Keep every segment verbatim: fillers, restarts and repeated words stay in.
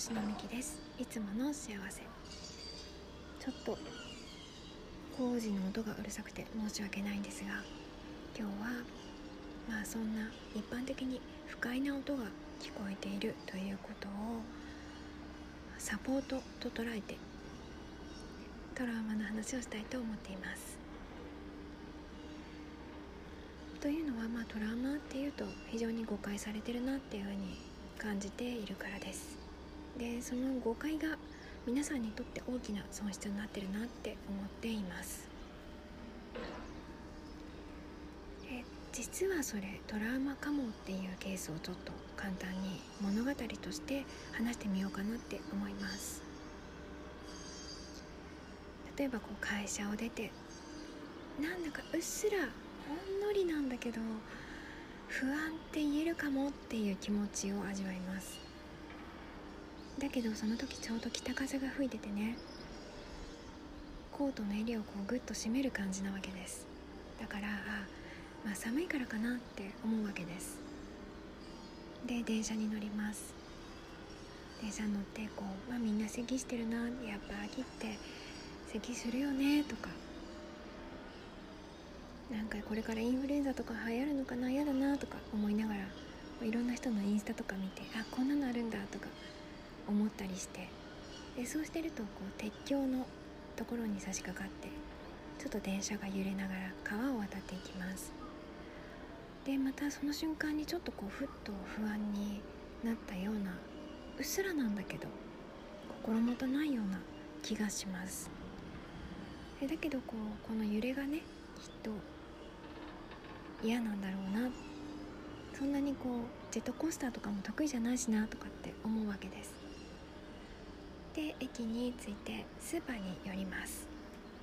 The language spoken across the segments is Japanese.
吉野美希です。いつもの幸せ。ちょっと工事の音がうるさくて申し訳ないんですが、今日はまあそんな一般的に不快な音が聞こえているということをサポートと捉えてトラウマの話をしたいと思っています。というのは、まあ、トラウマっていうと非常に誤解されてるなっていうふうに感じているからです。で、その誤解が皆さんにとって大きな損失になってるなって思っています。え実はそれトラウマかもっていうケースをちょっと簡単に物語として話してみようかなって思います。例えばこう会社を出て、なんだかうっすらほんのりなんだけど不安って言えるかもっていう気持ちを味わいます。だけどその時ちょうど北風が吹いててね、コートの襟をこうグッと締める感じなわけです。だからあ、まあ、寒いからかなって思うわけです。で、電車に乗ります。電車乗ってこう、まあ、みんな咳してるな、やっぱ秋って咳するよねとか、なんかこれからインフルエンザとか流行るのかな、嫌だなとか思いながらいろんな人のインスタとか見て、あ、こんなのあるんだとか思ったりして、でそうしてるとこう鉄橋のところに差し掛かって、ちょっと電車が揺れながら川を渡っていきます。でまたその瞬間にちょっとこうふっと不安になったような、うっすらなんだけど心もとないような気がします。でだけどこうこの揺れがね、きっと嫌なんだろうな、そんなにこうジェットコースターとかも得意じゃないしなとかって思うわけです。で駅に着いてスーパーに寄ります。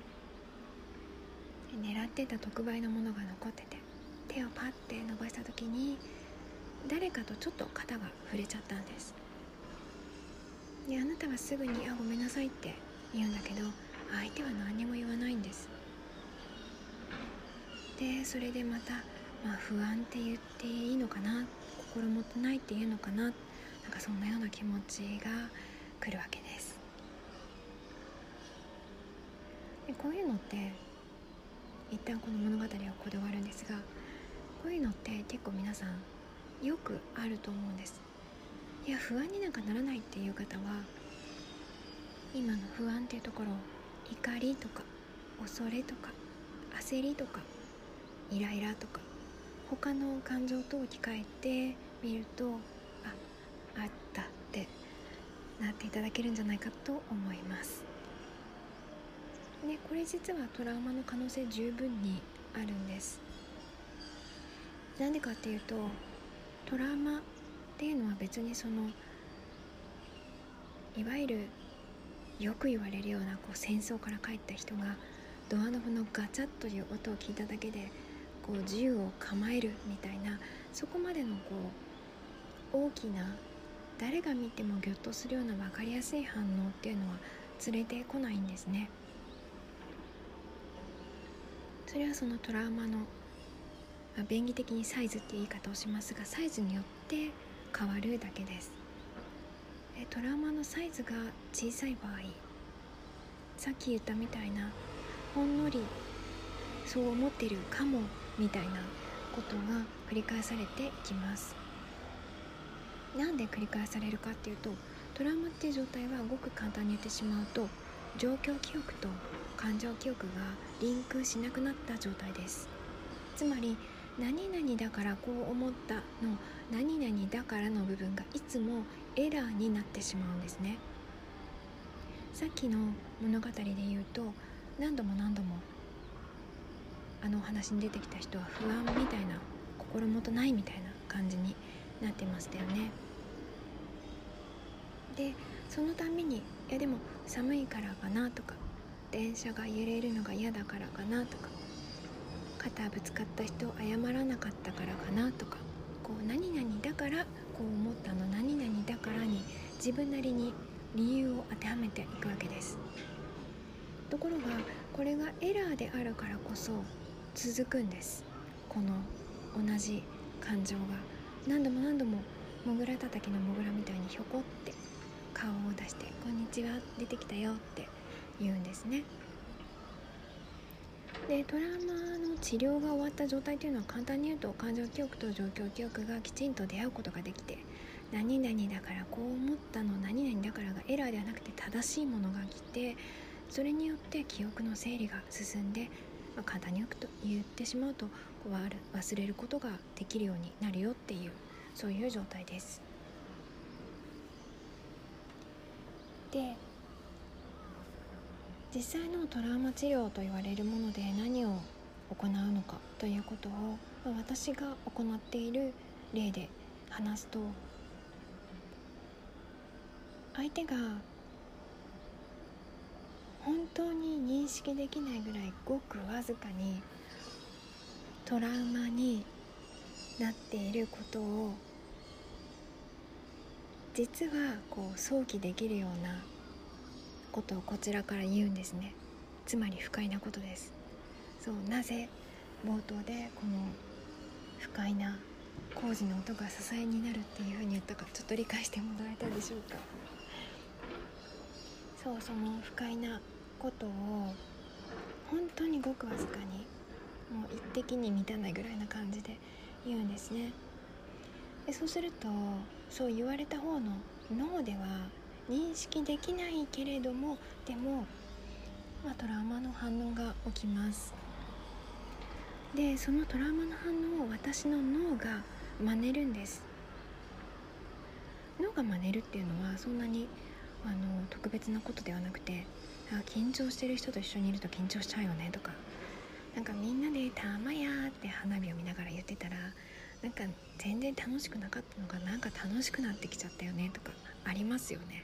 狙ってた特売のものが残ってて、手をパッて伸ばした時に誰かとちょっと肩が触れちゃったんです。であなたはすぐにあごめんなさいって言うんだけど、相手は何にも言わないんです。でそれでまた、まあ、不安って言っていいのかな、心もとないっていうのかな、なんかそんなような気持ちが来るわけです。でこういうのって一旦この物語はここで終わるんですが、こういうのって結構皆さんよくあると思うんです。いや不安になんかならないっていう方は、今の不安っていうところを怒りとか恐れとか焦りとかイライラとか他の感情と置き換えてみると、あ、あったってなっていただけるんじゃないかと思います。でこれ実はトラウマの可能性十分にあるんです。なんでかっていうと、トラウマっていうのは別にそのいわゆるよく言われるようなこう戦争から帰った人がドアノブのガチャッという音を聞いただけでこう銃を構えるみたいな、そこまでのこう大きな誰が見てもギョッとするような分かりやすい反応っていうのは連れてこないんですね。それはそのトラウマの、まあ、便宜的にサイズっていう言い方をしますが、サイズによって変わるだけです。えトラウマのサイズが小さい場合、さっき言ったみたいなほんのりそう思ってるかもみたいなことが繰り返されてきます。なんで繰り返されるかっていうと、トラウマっていう状態はごく簡単に言ってしまうと、状況記憶と感情記憶がリンクしなくなった状態です。つまり何々だからこう思ったの何々だからの部分がいつもエラーになってしまうんですね。さっきの物語で言うと、何度も何度もあのお話に出てきた人は不安みたいな、心もとないみたいな感じになってましたよね。でそのたんびに、いやでも寒いからかなとか、電車が揺れるのが嫌だからかなとか、肩ぶつかった人を謝らなかったからかなとか、こう何々だからこう思ったの、何々だからに自分なりに理由を当てはめていくわけです。ところがこれがエラーであるからこそ続くんです。この同じ感情が何度も何度もモグラたたきのモグラみたいにひょこって顔を出して「こんにちは、出てきたよ」って言うんですね。でトラウマの治療が終わった状態というのは、簡単に言うと感情記憶と状況記憶がきちんと出会うことができて、何々だからこう思ったの、何々だからがエラーではなくて正しいものが来て、それによって記憶の整理が進んで、まあ、簡単に言ってしまうとこう忘れることができるようになるよっていう、そういう状態です。で実際のトラウマ治療と言われるもので何を行うのかということを、まあ、私が行っている例で話すと、相手が本当に認識できないぐらいごくわずかにトラウマになっていることを、実はこう想起できるようなことをこちらから言うんですね。つまり不快なことです。そう、なぜ冒頭でこの不快な工事の音が支えになるっていうふうに言ったか、ちょっと理解してもらえたでしょうか。そう、その不快なことを本当にごくわずかに、もう一滴に満たないぐらいな感じで言うんですね。でそうすると、そう言われた方の脳では認識できないけれども、でも、まあ、トラウマの反応が起きます。でそのトラウマの反応を私の脳が真似るんです。脳が真似るっていうのはそんなにあの特別なことではなくて、あ、緊張してる人と一緒にいると緊張しちゃうよねとか、なんかみんなでたまやーって花火を見ながら言ってたら、なんか全然楽しくなかったのがなんか楽しくなってきちゃったよねとかありますよね。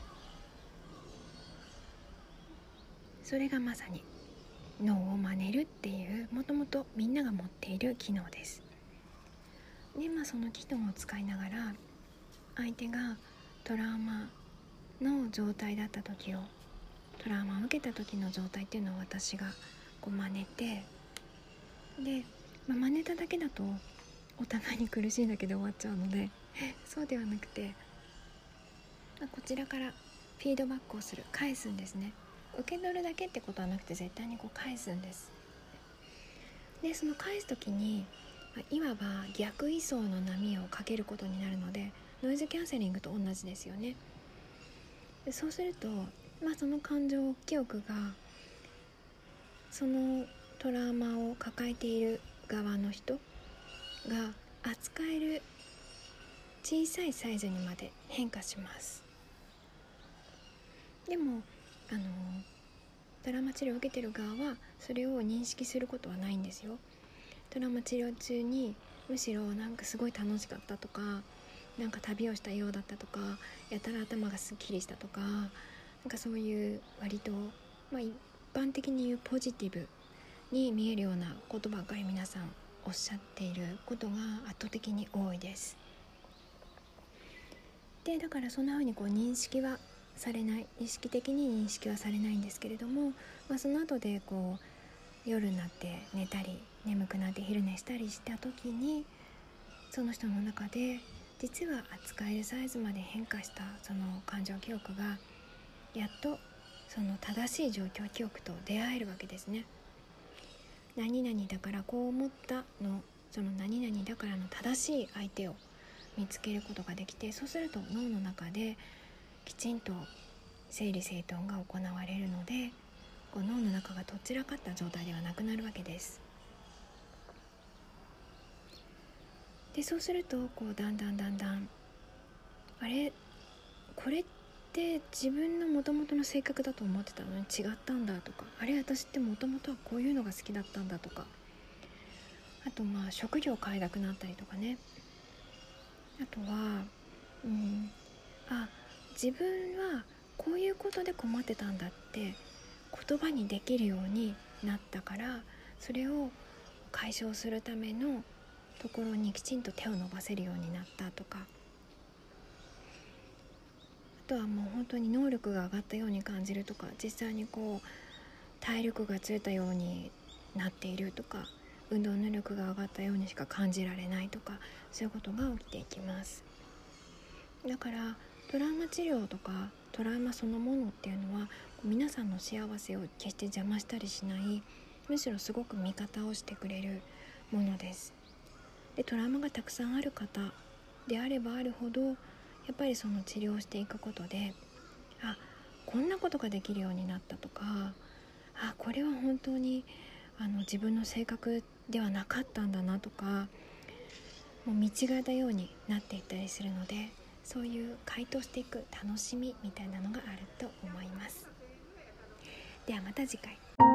それがまさに脳を真似るっていう、もともとみんなが持っている機能です。で、まあ、その機能を使いながら、相手がトラウマの状態だった時を、トラウマを受けた時の状態っていうのを私がこう真似て、で、まあ、真似ただけだとお互いに苦しいだけで終わっちゃうのでそうではなくて、まあ、こちらからフィードバックをする、返すんですね。受け取るだけってことはなくて、絶対にこう返すんです。でその返す時に、いわば逆位相の波をかけることになるので、ノイズキャンセリングと同じですよね。でそうすると、まあ、その感情記憶がそのトラウマを抱えている側の人が扱える小さいサイズにまで変化します。でもあのトラウマ治療を受けてる側はそれを認識することはないんですよ。トラウマ治療中にむしろなんかすごい楽しかったとか、なんか旅をしたようだったとか、やたら頭がすっきりしたとか、なんかそういう割と、まあ、一般的に言うポジティブに見えるようなことばかり皆さんおっしゃっていることが圧倒的に多いです。でだからそんな風にこう認識はされない、意識的に認識はされないんですけれども、まあ、その後でこう夜になって寝たり眠くなって昼寝したりした時に、その人の中で実は扱えるサイズまで変化したその感情記憶がやっとその正しい状況記憶と出会えるわけですね。何々だからこう思ったの、その何々だからの正しい相手を見つけることができて、そうすると脳の中できちんと整理整頓が行われるので、こう脳の中がどちらかった状態ではなくなるわけです。でそうするとこうだんだんだんだん、あれこれって自分の元々の性格だと思ってたのに違ったんだとか、あれ私って元々はこういうのが好きだったんだとか、あとまあ職業を変えなくなったりとかね、あとはうんあ自分はこういうことで困ってたんだって言葉にできるようになったから、それを解消するためのところにきちんと手を伸ばせるようになったとか、あとはもう本当に能力が上がったように感じるとか、実際にこう体力がついたようになっているとか、運動能力が上がったようにしか感じられないとか、そういうことが起きていきます。だからトラウマ治療とかトラウマそのものっていうのは皆さんの幸せを決して邪魔したりしない、むしろすごく味方をしてくれるものです。でトラウマがたくさんある方であればあるほど、やっぱりその治療をしていくことで、あ、こんなことができるようになったとか、あ、これは本当にあの自分の性格ではなかったんだなとか、もう見違えたようになっていったりするので、そういう回答していく楽しみみたいなのがあると思います。ではまた次回。